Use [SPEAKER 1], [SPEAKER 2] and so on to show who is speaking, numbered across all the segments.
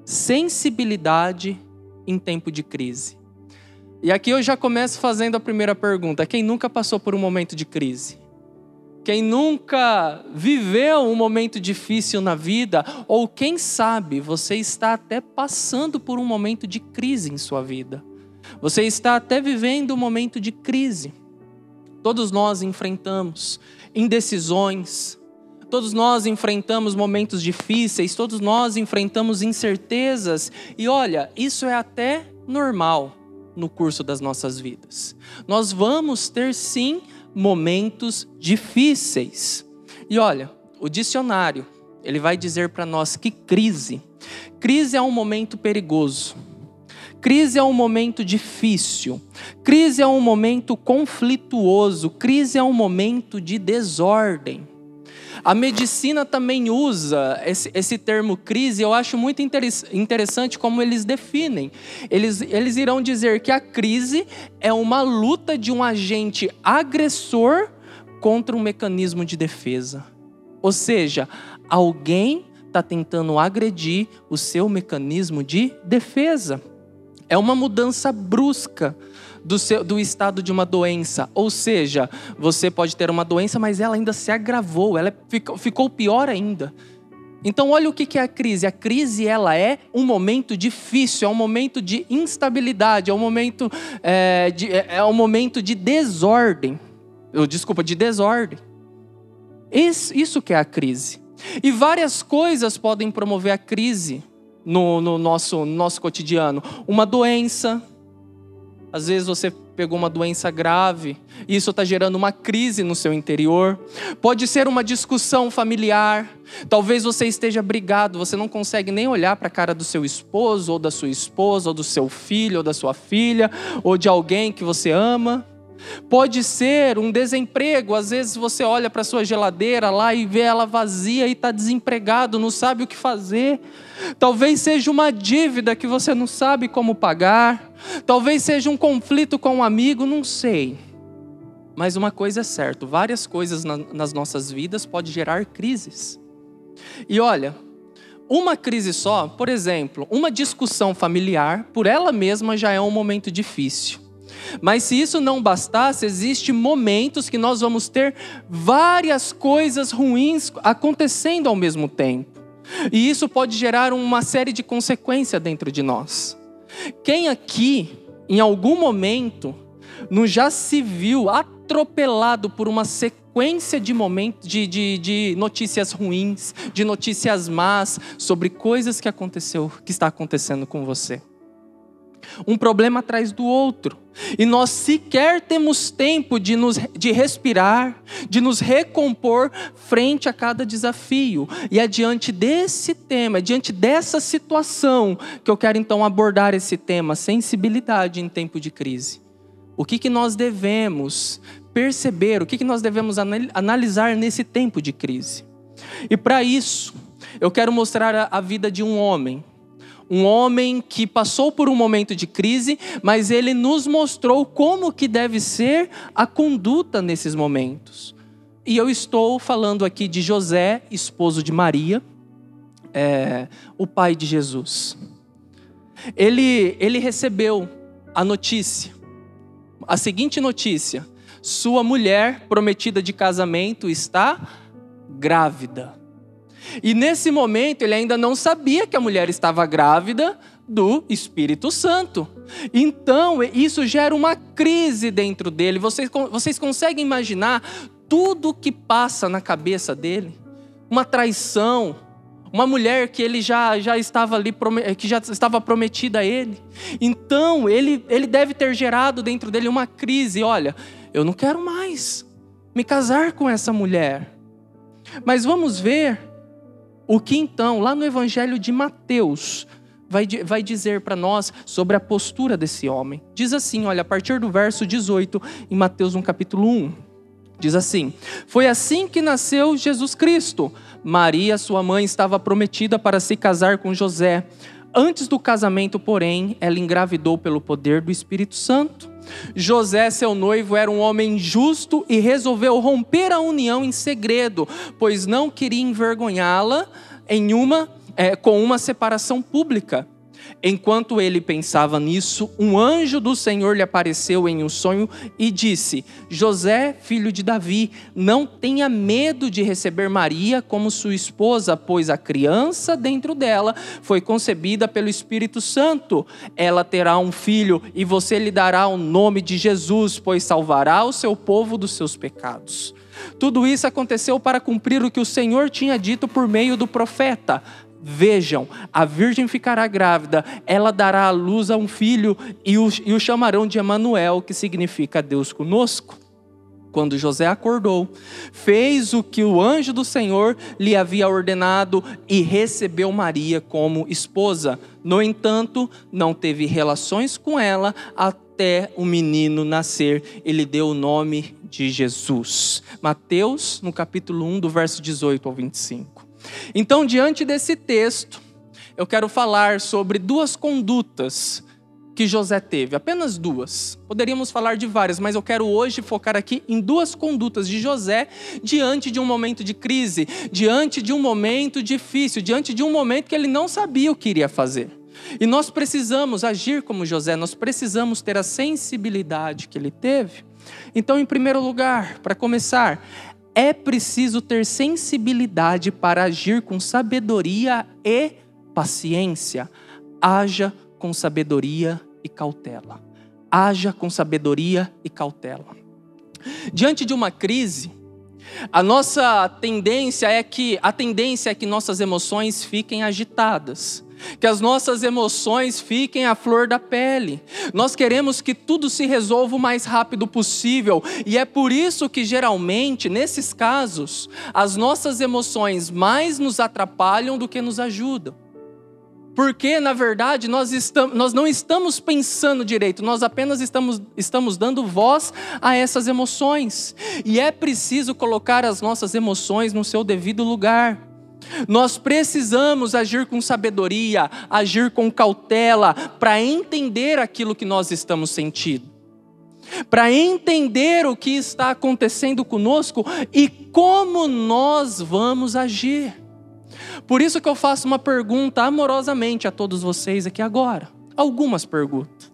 [SPEAKER 1] sensibilidade em tempo de crise. E aqui eu já começo fazendo a primeira pergunta. Quem nunca passou por um momento de crise? Quem nunca viveu um momento difícil na vida? Ou quem sabe você está até passando por um momento de crise em sua vida? Você está até vivendo um momento de crise. Todos nós enfrentamos indecisões, todos nós enfrentamos momentos difíceis, todos nós enfrentamos incertezas. E olha, isso é até normal no curso das nossas vidas. Nós vamos ter sim momentos difíceis. E olha, o dicionário, ele vai dizer para nós que crise é um momento perigoso. Crise é um momento difícil. Crise é um momento conflituoso. Crise é um momento de desordem. A medicina também usa esse termo crise. Eu acho muito interessante como eles definem. Eles irão dizer que a crise é uma luta de um agente agressor contra um mecanismo de defesa. Ou seja, alguém está tentando agredir o seu mecanismo de defesa. É uma mudança brusca do estado de uma doença. Ou seja, você pode ter uma doença, mas ela ainda se agravou, ela ficou pior ainda. Então olha o que é a crise. A crise, ela é um momento difícil, é um momento de instabilidade, é um momento de desordem. De desordem. Isso que é a crise. E várias coisas podem promover a crise no nosso cotidiano. Uma doença. Às vezes você pegou uma doença grave e isso está gerando uma crise no seu interior. Pode ser uma discussão familiar. Talvez você esteja brigado, você não consegue nem olhar para a cara do seu esposo, ou da sua esposa, ou do seu filho, ou da sua filha, ou de alguém que você ama. Pode ser um desemprego. Às vezes você olha para a sua geladeira lá e vê ela vazia e está desempregado, não sabe o que fazer. Talvez seja uma dívida que você não sabe como pagar. Talvez seja um conflito com um amigo, não sei. Mas uma coisa é certa, várias coisas nas nossas vidas podem gerar crises. E olha, uma crise só, por exemplo, uma discussão familiar, por ela mesma já é um momento difícil. Mas se isso não bastasse, existem momentos que nós vamos ter várias coisas ruins acontecendo ao mesmo tempo. E isso pode gerar uma série de consequências dentro de nós. Quem aqui, em algum momento, não já se viu atropelado por uma sequência de momentos, de notícias ruins, de notícias más, sobre coisas que está acontecendo com você? Um problema atrás do outro. E nós sequer temos tempo de respirar, de nos recompor frente a cada desafio. E é diante desse tema, diante dessa situação, que eu quero então abordar esse tema, sensibilidade em tempo de crise. O que nós devemos perceber, o que nós devemos analisar nesse tempo de crise? E para isso, eu quero mostrar a vida de um homem. Um homem que passou por um momento de crise, mas ele nos mostrou como que deve ser a conduta nesses momentos. E eu estou falando aqui de José, esposo de Maria, o pai de Jesus. Ele recebeu a notícia, a seguinte notícia: sua mulher prometida de casamento está grávida. E nesse momento ele ainda não sabia que a mulher estava grávida do Espírito Santo. Então isso gera uma crise dentro dele. Vocês conseguem imaginar tudo o que passa na cabeça dele? Uma traição, uma mulher que ele já estava ali, que já estava prometida a ele. Então ele deve ter gerado dentro dele uma crise. Olha, eu não quero mais me casar com essa mulher. Mas vamos ver o que então, lá no Evangelho de Mateus, vai dizer para nós sobre a postura desse homem. Diz assim, olha, a partir do verso 18, em Mateus, no capítulo 1. Diz assim: foi assim que nasceu Jesus Cristo. Maria, sua mãe, estava prometida para se casar com José. Antes do casamento, porém, ela engravidou pelo poder do Espírito Santo. José, seu noivo, era um homem justo e resolveu romper a união em segredo, pois não queria envergonhá-la em uma com uma separação pública. Enquanto ele pensava nisso, um anjo do Senhor lhe apareceu em um sonho e disse: José, filho de Davi, não tenha medo de receber Maria como sua esposa, pois a criança dentro dela foi concebida pelo Espírito Santo. Ela terá um filho e você lhe dará o nome de Jesus, pois salvará o seu povo dos seus pecados. Tudo isso aconteceu para cumprir o que o Senhor tinha dito por meio do profeta. Vejam, a virgem ficará grávida, ela dará à luz a um filho e o chamarão de Emanuel, que significa Deus conosco. Quando José acordou, fez o que o anjo do Senhor lhe havia ordenado e recebeu Maria como esposa. No entanto, não teve relações com ela até o menino nascer. Ele deu o nome de Jesus. Mateus, no capítulo 1, do verso 18 ao 25. Então, diante desse texto, eu quero falar sobre duas condutas que José teve, apenas duas. Poderíamos falar de várias, mas eu quero hoje focar aqui em duas condutas de José diante de um momento de crise, diante de um momento difícil, diante de um momento que ele não sabia o que iria fazer. E nós precisamos agir como José, nós precisamos ter a sensibilidade que ele teve. Então, em primeiro lugar, para começar, é preciso ter sensibilidade para agir com sabedoria e paciência. Haja com sabedoria e cautela. Haja com sabedoria e cautela. Diante de uma crise, a nossa tendência é que nossas emoções fiquem agitadas, que as nossas emoções fiquem à flor da pele. Nós queremos que tudo se resolva o mais rápido possível, e é por isso que geralmente, nesses casos, as nossas emoções mais nos atrapalham do que nos ajudam. Porque, na verdade, nós não estamos pensando direito, nós apenas estamos dando voz a essas emoções. E é preciso colocar as nossas emoções no seu devido lugar. Nós precisamos agir com sabedoria, agir com cautela, para entender aquilo que nós estamos sentindo, para entender o que está acontecendo conosco e como nós vamos agir. Por isso que eu faço uma pergunta amorosamente a todos vocês aqui agora, algumas perguntas.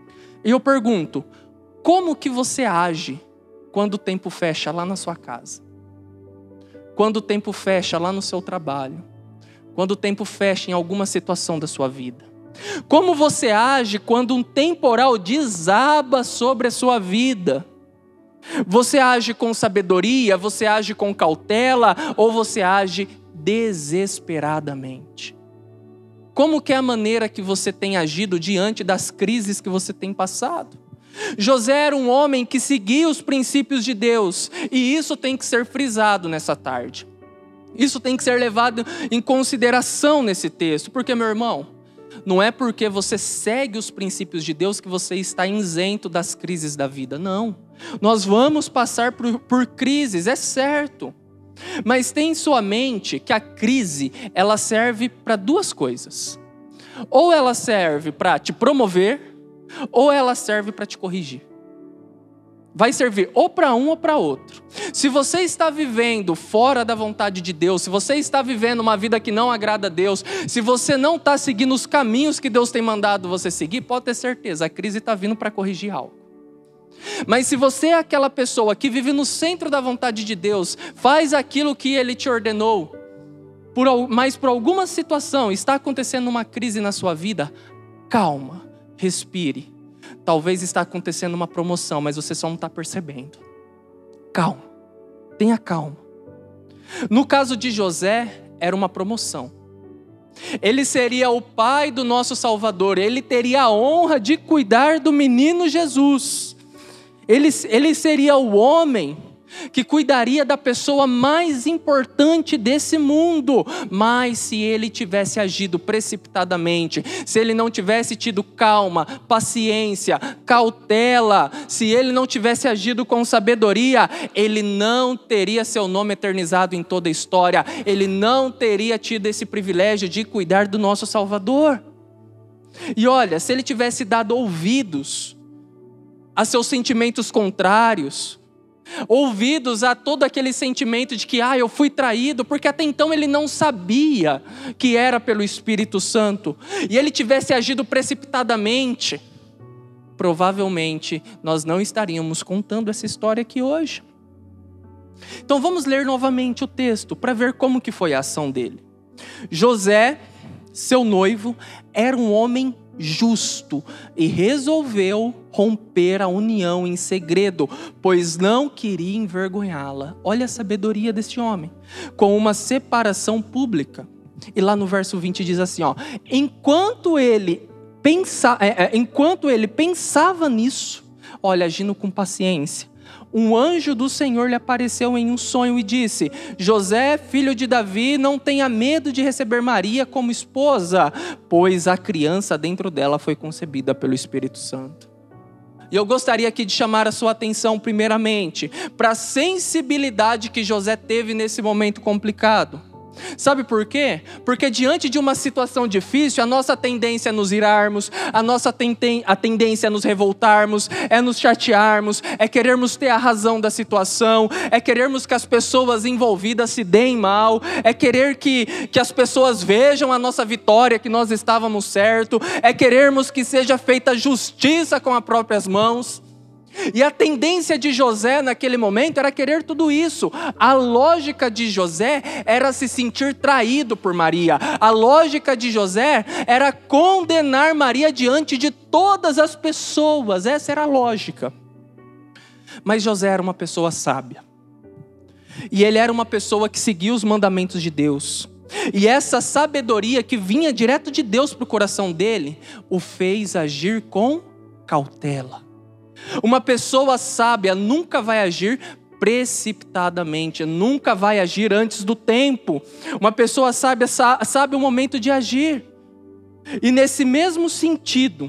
[SPEAKER 1] E eu pergunto: como que você age quando o tempo fecha lá na sua casa? Quando o tempo fecha lá no seu trabalho, quando o tempo fecha em alguma situação da sua vida? Como você age quando um temporal desaba sobre a sua vida? Você age com sabedoria, você age com cautela ou você age desesperadamente? Como que é a maneira que você tem agido diante das crises que você tem passado? José era um homem que seguia os princípios de Deus, e isso tem que ser frisado nessa tarde. Isso tem que ser levado em consideração nesse texto, porque, meu irmão, não é porque você segue os princípios de Deus que você está isento das crises da vida, não. Nós vamos passar por crises, é certo. Mas tenha em sua mente que a crise, ela serve para duas coisas. Ou ela serve para te promover, ou ela serve para te corrigir. Vai servir ou para um ou para outro. Se você está vivendo fora da vontade de Deus, se você está vivendo uma vida que não agrada a Deus, se você não está seguindo os caminhos que Deus tem mandado você seguir, pode ter certeza, a crise está vindo para corrigir algo. Mas se você é aquela pessoa que vive no centro da vontade de Deus, faz aquilo que Ele te ordenou, mas por alguma situação está acontecendo uma crise na sua vida, calma, respire. Talvez está acontecendo uma promoção, mas você só não está percebendo. Calma, tenha calma. No caso de José, era uma promoção. Ele seria o pai do nosso Salvador, ele teria a honra de cuidar do menino Jesus. Ele seria o homem que cuidaria da pessoa mais importante desse mundo. Mas se ele tivesse agido precipitadamente, se ele não tivesse tido calma, paciência, cautela, se ele não tivesse agido com sabedoria, ele não teria seu nome eternizado em toda a história, ele não teria tido esse privilégio de cuidar do nosso Salvador. E olha, se ele tivesse dado ouvidos a seus sentimentos contrários, ouvidos a todo aquele sentimento de que eu fui traído, porque até então ele não sabia que era pelo Espírito Santo, e ele tivesse agido precipitadamente, provavelmente nós não estaríamos contando essa história aqui hoje. Então vamos ler novamente o texto para ver como que foi a ação dele. José, seu noivo, era um homem justo e resolveu romper a união em segredo, pois não queria envergonhá-la. Olha a sabedoria deste homem, com uma separação pública. E lá no verso 20 diz assim, enquanto ele pensava nisso, olha, agindo com paciência, um anjo do Senhor lhe apareceu em um sonho e disse: José, filho de Davi, não tenha medo de receber Maria como esposa, pois a criança dentro dela foi concebida pelo Espírito Santo. E eu gostaria aqui de chamar a sua atenção primeiramente para a sensibilidade que José teve nesse momento complicado. Sabe por quê? Porque diante de uma situação difícil, a nossa tendência é nos irarmos, a tendência é nos revoltarmos, é nos chatearmos, é querermos ter a razão da situação, é querermos que as pessoas envolvidas se deem mal, é querer que as pessoas vejam a nossa vitória, que nós estávamos certos, é querermos que seja feita justiça com as próprias mãos. E a tendência de José naquele momento era querer tudo isso. A lógica de José era se sentir traído por Maria. A lógica de José era condenar Maria diante de todas as pessoas. Essa era a lógica. Mas José era uma pessoa sábia. E ele era uma pessoa que seguia os mandamentos de Deus. E essa sabedoria que vinha direto de Deus para o coração dele, o fez agir com cautela. Uma pessoa sábia nunca vai agir precipitadamente, nunca vai agir antes do tempo. Uma pessoa sábia sabe o momento de agir. E nesse mesmo sentido,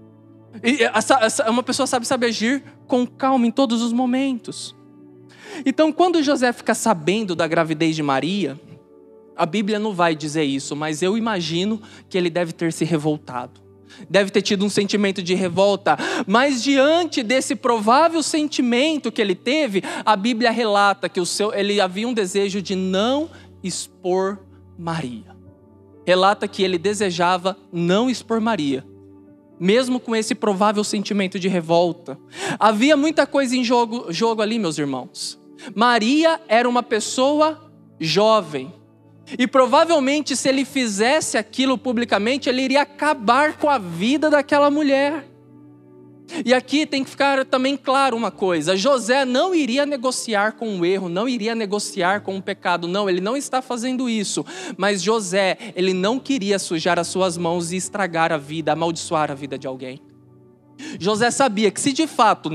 [SPEAKER 1] uma pessoa sábia sabe agir com calma em todos os momentos. Então, quando José fica sabendo da gravidez de Maria, a Bíblia não vai dizer isso, mas eu imagino que ele deve ter se revoltado. Deve ter tido um sentimento de revolta, mas diante desse provável sentimento que ele teve, a Bíblia relata que ele havia um desejo de não expor Maria. Relata que ele desejava não expor Maria, mesmo com esse provável sentimento de revolta. Havia muita coisa em jogo ali, meus irmãos. Maria era uma pessoa jovem. E provavelmente se ele fizesse aquilo publicamente, ele iria acabar com a vida daquela mulher. E aqui tem que ficar também claro uma coisa: José não iria negociar com o erro, não iria negociar com o pecado, não, ele não está fazendo isso. Mas José, ele não queria sujar as suas mãos e estragar a vida, amaldiçoar a vida de alguém. José sabia que se de fato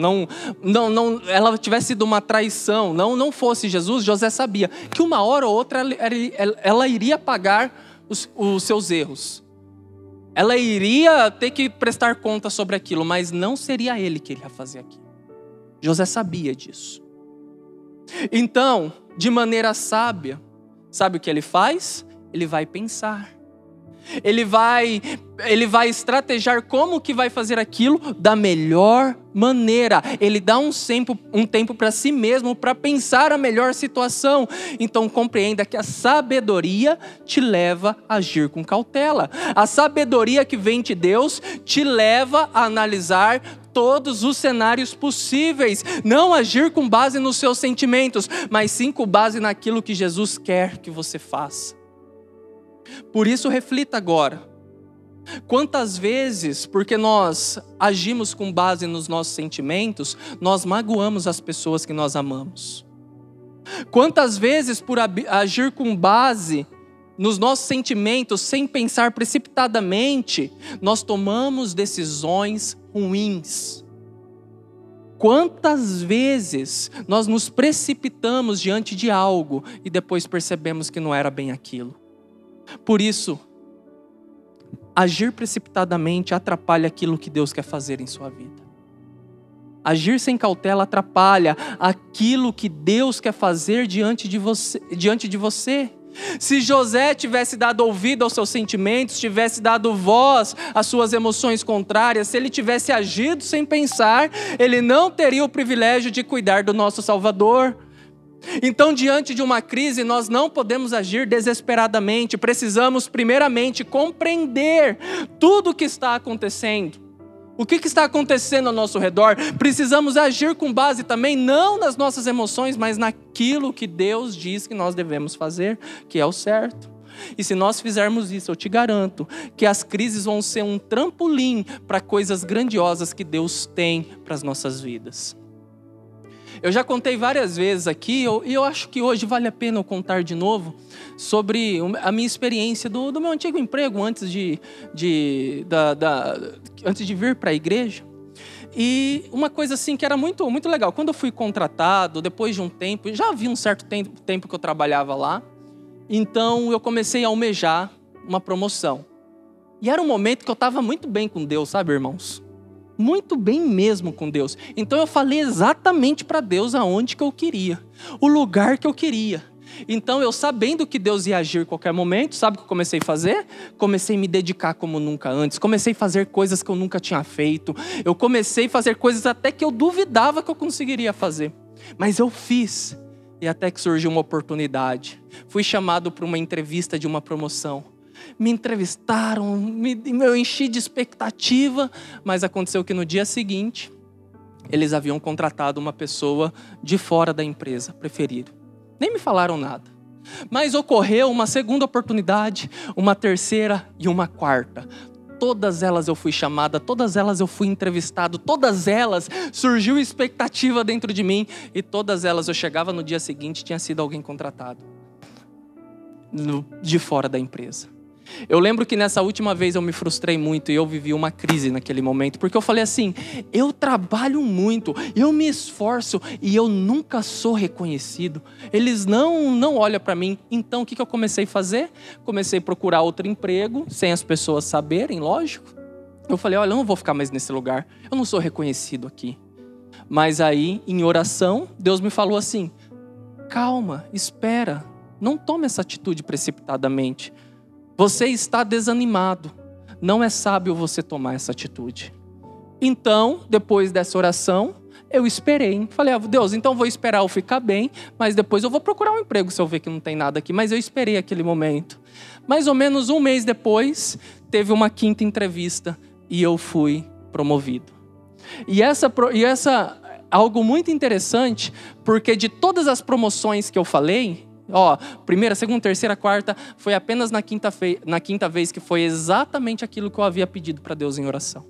[SPEAKER 1] ela tivesse sido uma traição, não fosse Jesus, José sabia que uma hora ou outra ela iria pagar os seus erros. Ela iria ter que prestar conta sobre aquilo, mas não seria ele que iria fazer aquilo. José sabia disso. Então, de maneira sábia, sabe o que ele faz? Ele vai pensar. Ele vai estrategiar como que vai fazer aquilo da melhor maneira. Ele dá um tempo para si mesmo para pensar a melhor situação. Então compreenda que a sabedoria te leva a agir com cautela. A sabedoria que vem de Deus te leva a analisar todos os cenários possíveis. Não agir com base nos seus sentimentos, mas sim com base naquilo que Jesus quer que você faça. Por isso, reflita agora. Quantas vezes, porque nós agimos com base nos nossos sentimentos, nós magoamos as pessoas que nós amamos? Quantas vezes, por agir com base nos nossos sentimentos, sem pensar precipitadamente, nós tomamos decisões ruins? Quantas vezes nós nos precipitamos diante de algo e depois percebemos que não era bem aquilo? Por isso, agir precipitadamente atrapalha aquilo que Deus quer fazer em sua vida. Agir sem cautela atrapalha aquilo que Deus quer fazer diante de você. Se José tivesse dado ouvido aos seus sentimentos, tivesse dado voz às suas emoções contrárias, se ele tivesse agido sem pensar, ele não teria o privilégio de cuidar do nosso Salvador. Então, diante de uma crise, nós não podemos agir desesperadamente. Precisamos, primeiramente, compreender tudo o que está acontecendo. O que está acontecendo ao nosso redor? Precisamos agir com base também, não nas nossas emoções, mas naquilo que Deus diz que nós devemos fazer, que é o certo. E se nós fizermos isso, eu te garanto que as crises vão ser um trampolim para coisas grandiosas que Deus tem para as nossas vidas. Eu já contei várias vezes aqui, e eu acho que hoje vale a pena eu contar de novo, sobre a minha experiência do meu antigo emprego antes de vir para a igreja. E uma coisa assim que era muito, muito legal, quando eu fui contratado, depois de um tempo, já havia um certo tempo que eu trabalhava lá, então eu comecei a almejar uma promoção. E era um momento que eu estava muito bem com Deus, sabe, irmãos? Muito bem mesmo com Deus. Então eu falei exatamente para Deus aonde que eu queria, o lugar que eu queria. Então eu, sabendo que Deus ia agir em qualquer momento, sabe o que eu comecei a fazer? Comecei a me dedicar como nunca antes, comecei a fazer coisas que eu nunca tinha feito, eu comecei a fazer coisas até que eu duvidava que eu conseguiria fazer. Mas eu fiz, e até que surgiu uma oportunidade. Fui chamado para uma entrevista de uma promoção. Me entrevistaram, eu enchi de expectativa, mas aconteceu que no dia seguinte, eles haviam contratado uma pessoa de fora da empresa, preferiram. Nem me falaram nada. Mas ocorreu uma segunda oportunidade, uma terceira e uma quarta. Todas elas eu fui chamada, todas elas eu fui entrevistado, todas elas surgiu expectativa dentro de mim, e todas elas eu chegava no dia seguinte, tinha sido alguém contratado de fora da empresa. Eu lembro que nessa última vez eu me frustrei muito e eu vivi uma crise naquele momento, porque eu falei assim, eu trabalho muito, eu me esforço e eu nunca sou reconhecido, eles não olham para mim. Então o que eu comecei a fazer? Comecei a procurar outro emprego, sem as pessoas saberem, lógico. Eu falei, olha, eu não vou ficar mais nesse lugar, eu não sou reconhecido aqui. Mas aí, em oração, Deus me falou assim, calma, espera, não tome essa atitude precipitadamente. Você está desanimado, não é sábio você tomar essa atitude. Então, depois dessa oração, eu esperei. Falei, Deus, então vou esperar eu ficar bem, mas depois eu vou procurar um emprego se eu ver que não tem nada aqui. Mas eu esperei aquele momento. Mais ou menos um mês depois, teve uma quinta entrevista e eu fui promovido. E essa algo muito interessante, porque de todas as promoções que eu falei, primeira, segunda, terceira, quarta, foi apenas na quinta vez que foi exatamente aquilo que eu havia pedido para Deus em oração.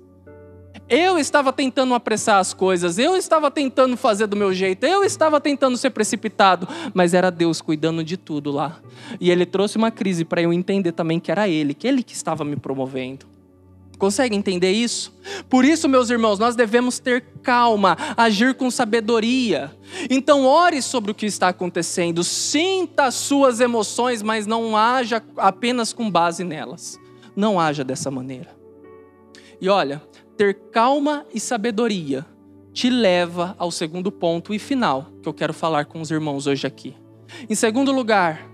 [SPEAKER 1] Eu estava tentando apressar as coisas, eu estava tentando fazer do meu jeito, eu estava tentando ser precipitado, mas era Deus cuidando de tudo lá. E Ele trouxe uma crise para eu entender também que era Ele que estava me promovendo. Consegue entender isso? Por isso, meus irmãos, nós devemos ter calma, agir com sabedoria. Então, ore sobre o que está acontecendo, sinta as suas emoções, mas não haja apenas com base nelas. Não haja dessa maneira. E olha, ter calma e sabedoria te leva ao segundo ponto e final que eu quero falar com os irmãos hoje aqui. Em segundo lugar,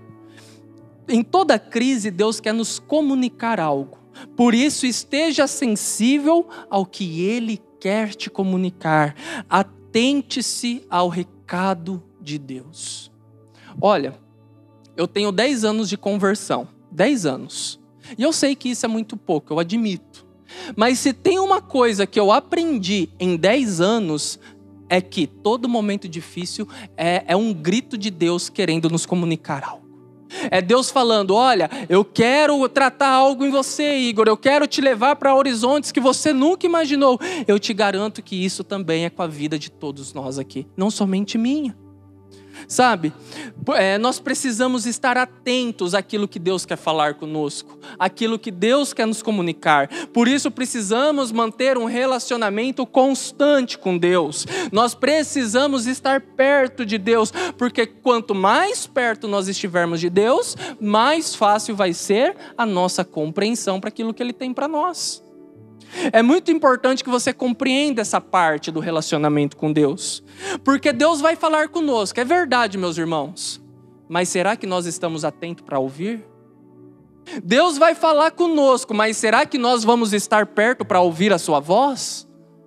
[SPEAKER 1] em toda crise, Deus quer nos comunicar algo. Por isso, esteja sensível ao que Ele quer te comunicar. Atente-se ao recado de Deus. Olha, eu tenho 10 anos de conversão. 10 anos. E eu sei que isso é muito pouco, eu admito. Mas se tem uma coisa que eu aprendi em 10 anos, é que todo momento difícil é um grito de Deus querendo nos comunicar algo. É Deus falando, olha, eu quero tratar algo em você, Igor, eu quero te levar para horizontes que você nunca imaginou. Eu te garanto que isso também é com a vida de todos nós aqui, não somente minha. Sabe, nós precisamos estar atentos àquilo que Deus quer falar conosco, àquilo que Deus quer nos comunicar. Por isso precisamos manter um relacionamento constante com Deus. Nós precisamos estar perto de Deus, porque quanto mais perto nós estivermos de Deus, mais fácil vai ser a nossa compreensão para aquilo que Ele tem para nós. É muito importante que você compreenda essa parte do relacionamento com Deus, porque Deus vai falar conosco, é verdade, meus irmãos, mas será que nós estamos atentos para ouvir? Deus vai falar conosco, mas será que nós vamos estar perto para ouvir a sua voz?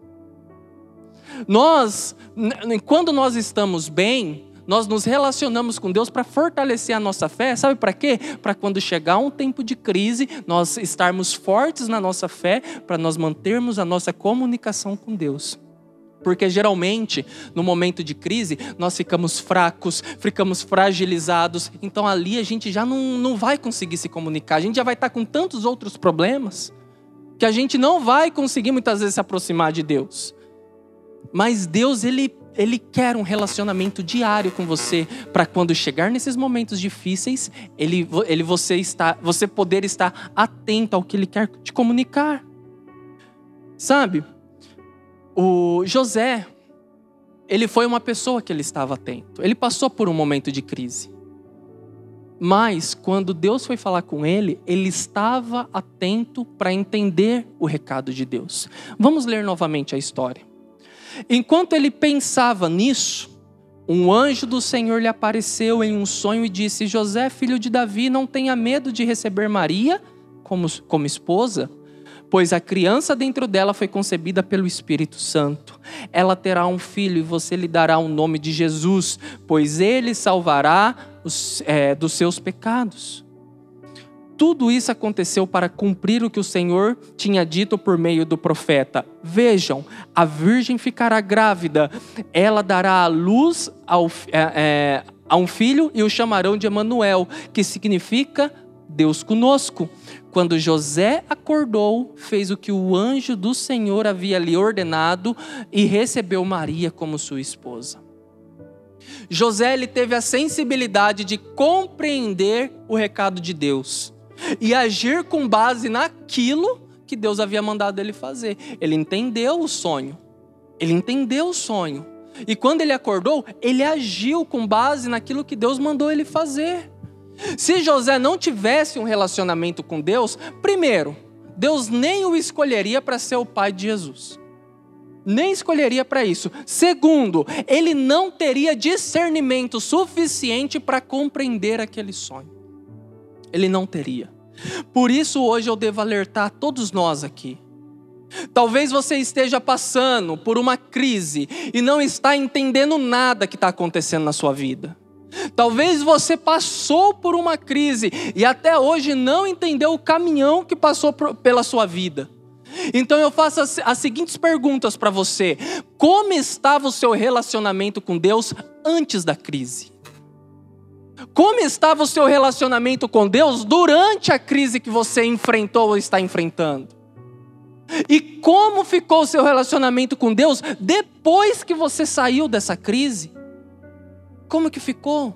[SPEAKER 1] Quando nós estamos bem, nós nos relacionamos com Deus para fortalecer a nossa fé. Sabe para quê? Para quando chegar um tempo de crise, nós estarmos fortes na nossa fé, para nós mantermos a nossa comunicação com Deus. Porque geralmente, no momento de crise, nós ficamos fracos, ficamos fragilizados. Então ali a gente já não vai conseguir se comunicar. A gente já vai estar com tantos outros problemas, que a gente não vai conseguir muitas vezes se aproximar de Deus. Mas Deus, Ele quer um relacionamento diário com você, para quando chegar nesses momentos difíceis, você poder estar atento ao que Ele quer te comunicar. Sabe? O José, ele foi uma pessoa que ele estava atento. Ele passou por um momento de crise. Mas, quando Deus foi falar com ele, ele estava atento para entender o recado de Deus. Vamos ler novamente a história. Enquanto ele pensava nisso, um anjo do Senhor lhe apareceu em um sonho e disse: José, filho de Davi, não tenha medo de receber Maria como esposa, pois a criança dentro dela foi concebida pelo Espírito Santo. Ela terá um filho e você lhe dará o nome de Jesus, pois ele salvará dos seus pecados. Tudo isso aconteceu para cumprir o que o Senhor tinha dito por meio do profeta. Vejam, a virgem ficará grávida, ela dará à luz a um filho e o chamarão de Emanuel, que significa Deus conosco. Quando José acordou, fez o que o anjo do Senhor havia lhe ordenado e recebeu Maria como sua esposa. José, ele teve a sensibilidade de compreender o recado de Deus e agir com base naquilo que Deus havia mandado ele fazer. Ele entendeu o sonho. E quando ele acordou, ele agiu com base naquilo que Deus mandou ele fazer. Se José não tivesse um relacionamento com Deus, primeiro, Deus nem o escolheria para ser o pai de Jesus. Nem escolheria para isso. Segundo, ele não teria discernimento suficiente para compreender aquele sonho. Ele não teria. Por isso hoje eu devo alertar todos nós aqui. Talvez você esteja passando por uma crise e não está entendendo nada que está acontecendo na sua vida. Talvez você passou por uma crise e até hoje não entendeu o caminhão que passou pela sua vida. Então eu faço as seguintes perguntas para você. Como estava o seu relacionamento com Deus antes da crise? Como estava o seu relacionamento com Deus durante a crise que você enfrentou ou está enfrentando? E como ficou o seu relacionamento com Deus depois que você saiu dessa crise? Como que ficou?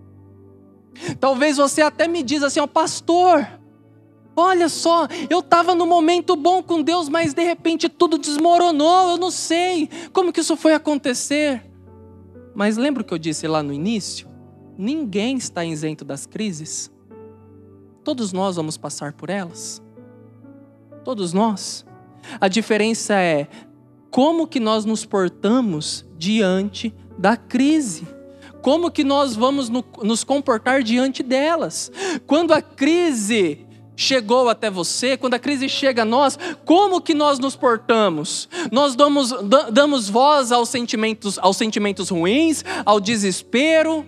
[SPEAKER 1] Talvez você até me diz assim, pastor, olha só, eu estava num momento bom com Deus, mas de repente tudo desmoronou, eu não sei como que isso foi acontecer. Mas lembra o que eu disse lá no início? Ninguém está isento das crises. Todos nós vamos passar por elas. Todos nós. A diferença é como que nós nos portamos diante da crise. Como que nós vamos nos comportar diante delas. Quando a crise chegou até você, quando a crise chega a nós, como que nós nos portamos? Nós damos voz aos sentimentos ruins, ao desespero?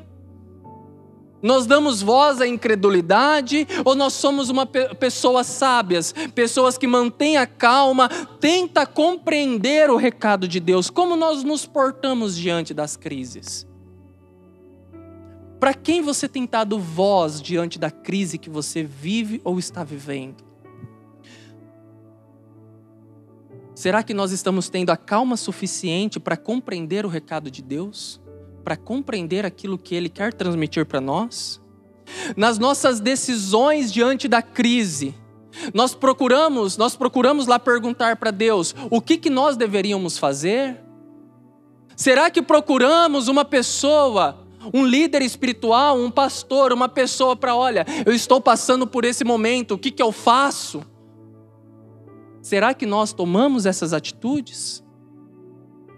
[SPEAKER 1] Nós damos voz à incredulidade? Ou nós somos pessoas sábias, pessoas que mantêm a calma, tenta compreender o recado de Deus? Como nós nos portamos diante das crises? Para quem você tem dado voz diante da crise que você vive ou está vivendo? Será que nós estamos tendo a calma suficiente para compreender o recado de Deus? Para compreender aquilo que Ele quer transmitir para nós? Nas nossas decisões diante da crise, nós procuramos lá perguntar para Deus o que nós deveríamos fazer? Será que procuramos uma pessoa, um líder espiritual, um pastor, uma pessoa para, olha, eu estou passando por esse momento, o que eu faço? Será que nós tomamos essas atitudes?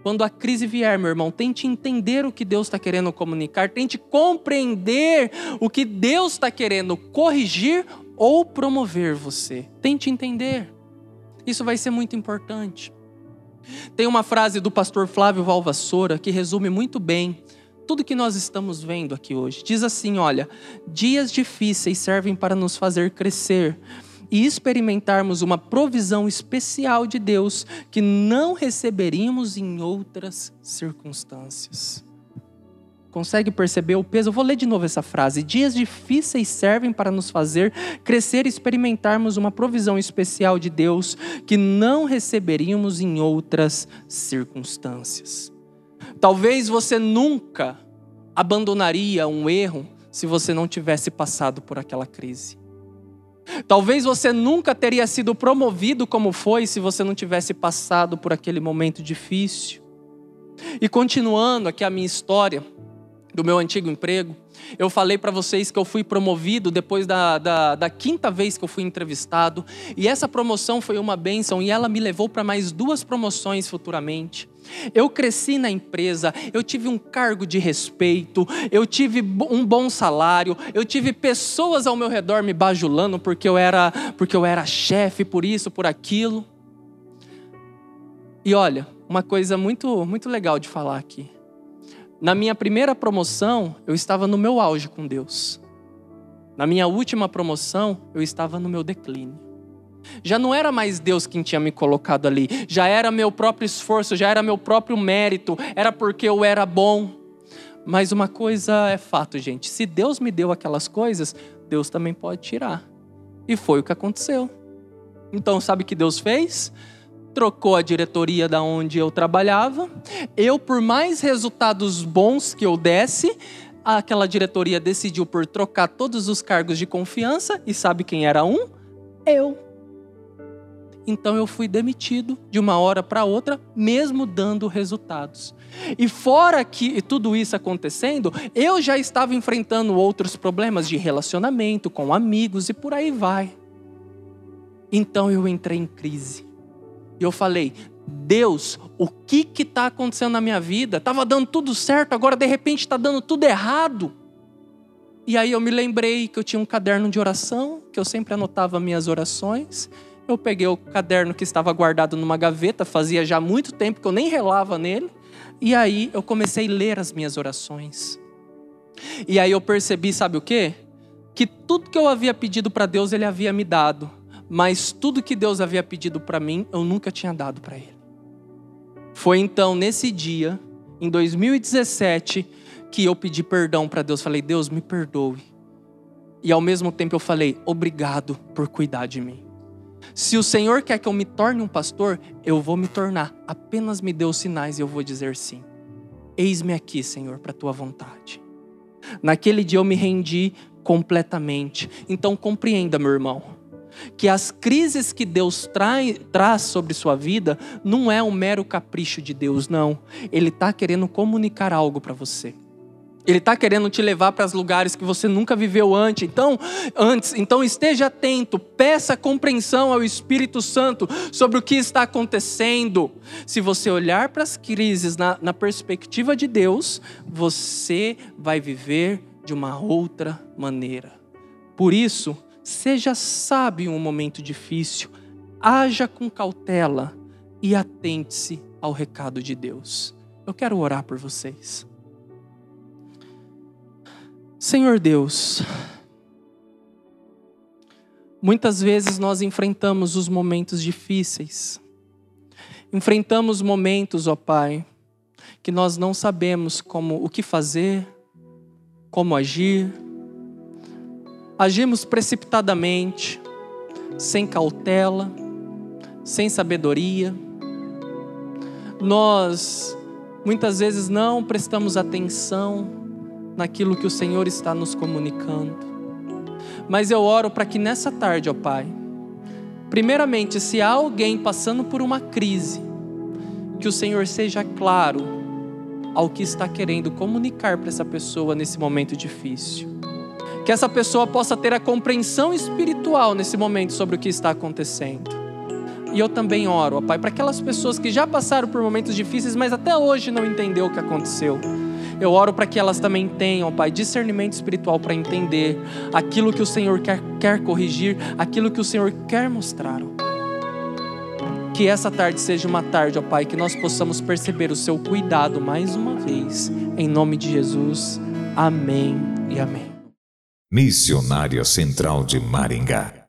[SPEAKER 1] quando a crise vier, meu irmão, tente entender o que Deus está querendo comunicar, tente compreender o que Deus está querendo corrigir ou promover você. Tente entender. Isso vai ser muito importante. Tem uma frase do pastor Flávio Valvassoura que resume muito bem tudo que nós estamos vendo aqui hoje. Diz assim, olha: dias difíceis servem para nos fazer crescer e experimentarmos uma provisão especial de Deus que não receberíamos em outras circunstâncias. Consegue perceber o peso? Eu vou ler de novo essa frase. Dias difíceis servem para nos fazer crescer e experimentarmos uma provisão especial de Deus que não receberíamos em outras circunstâncias. Talvez você nunca abandonaria um erro se você não tivesse passado por aquela crise. Talvez você nunca teria sido promovido como foi se você não tivesse passado por aquele momento difícil. E continuando aqui a minha história do meu antigo emprego, eu falei para vocês que eu fui promovido depois da 5ª vez que eu fui entrevistado. E essa promoção foi uma bênção e ela me levou para mais 2 promoções futuramente. Eu cresci na empresa, eu tive um cargo de respeito, eu tive um bom salário, eu tive pessoas ao meu redor me bajulando porque eu era chefe, por isso, por aquilo. E olha, uma coisa muito, muito legal de falar aqui. Na minha primeira promoção, eu estava no meu auge com Deus. Na minha última promoção, eu estava no meu declínio. Já não era mais Deus quem tinha me colocado ali. Já era meu próprio esforço, já era meu próprio mérito. Era porque eu era bom. Mas uma coisa é fato, gente. Se Deus me deu aquelas coisas, Deus também pode tirar. E foi o que aconteceu. Então, sabe o que Deus fez? Trocou a diretoria da onde eu trabalhava. Eu, por mais resultados bons que eu desse, aquela diretoria decidiu por trocar todos os cargos de confiança. E sabe quem era um? Eu. Então eu fui demitido de uma hora para outra, mesmo dando resultados. E fora que tudo isso acontecendo, eu já estava enfrentando outros problemas de relacionamento com amigos e por aí vai. Então eu entrei em crise. E eu falei: Deus, o que está acontecendo na minha vida? Estava dando tudo certo, agora de repente está dando tudo errado. E aí eu me lembrei que eu tinha um caderno de oração, que eu sempre anotava minhas orações. Eu peguei o caderno que estava guardado numa gaveta, fazia já muito tempo que eu nem relava nele. E aí eu comecei a ler as minhas orações. E aí eu percebi, sabe o quê? Que tudo que eu havia pedido para Deus, Ele havia me dado. Mas tudo que Deus havia pedido para mim, eu nunca tinha dado para Ele. Foi então, nesse dia, em 2017, que eu pedi perdão para Deus. Falei: Deus, me perdoe. E ao mesmo tempo eu falei: obrigado por cuidar de mim. Se o Senhor quer que eu me torne um pastor, eu vou me tornar. Apenas me dê os sinais e eu vou dizer sim. Eis-me aqui, Senhor, para a tua vontade. Naquele dia eu me rendi completamente. Então compreenda, meu irmão, que as crises que Deus traz sobre sua vida não é um mero capricho de Deus, não. Ele está querendo comunicar algo para você. Ele está querendo te levar para os lugares que você nunca viveu antes. Então esteja atento, peça compreensão ao Espírito Santo sobre o que está acontecendo. Se você olhar para as crises na perspectiva de Deus, você vai viver de uma outra maneira. Por isso, seja sábio em um momento difícil, haja com cautela e atente-se ao recado de Deus. Eu quero orar por vocês. Senhor Deus, muitas vezes nós enfrentamos os momentos difíceis. Enfrentamos momentos, ó Pai, que nós não sabemos o que fazer, como agir. Agimos precipitadamente, sem cautela, sem sabedoria. Nós muitas vezes não prestamos atenção naquilo que o Senhor está nos comunicando. Mas eu oro para que nessa tarde, ó Pai, primeiramente, se há alguém passando por uma crise, que o Senhor seja claro ao que está querendo comunicar para essa pessoa nesse momento difícil. Que essa pessoa possa ter a compreensão espiritual nesse momento sobre o que está acontecendo. E eu também oro, ó Pai, para aquelas pessoas que já passaram por momentos difíceis, mas até hoje não entendeu o que aconteceu. Eu oro para que elas também tenham, Pai, discernimento espiritual para entender aquilo que o Senhor quer corrigir, aquilo que o Senhor quer mostrar, ó Pai. Que essa tarde seja uma tarde, ó Pai, que nós possamos perceber o Seu cuidado mais uma vez. Em nome de Jesus, amém e amém.
[SPEAKER 2] Missionária Central de Maringá.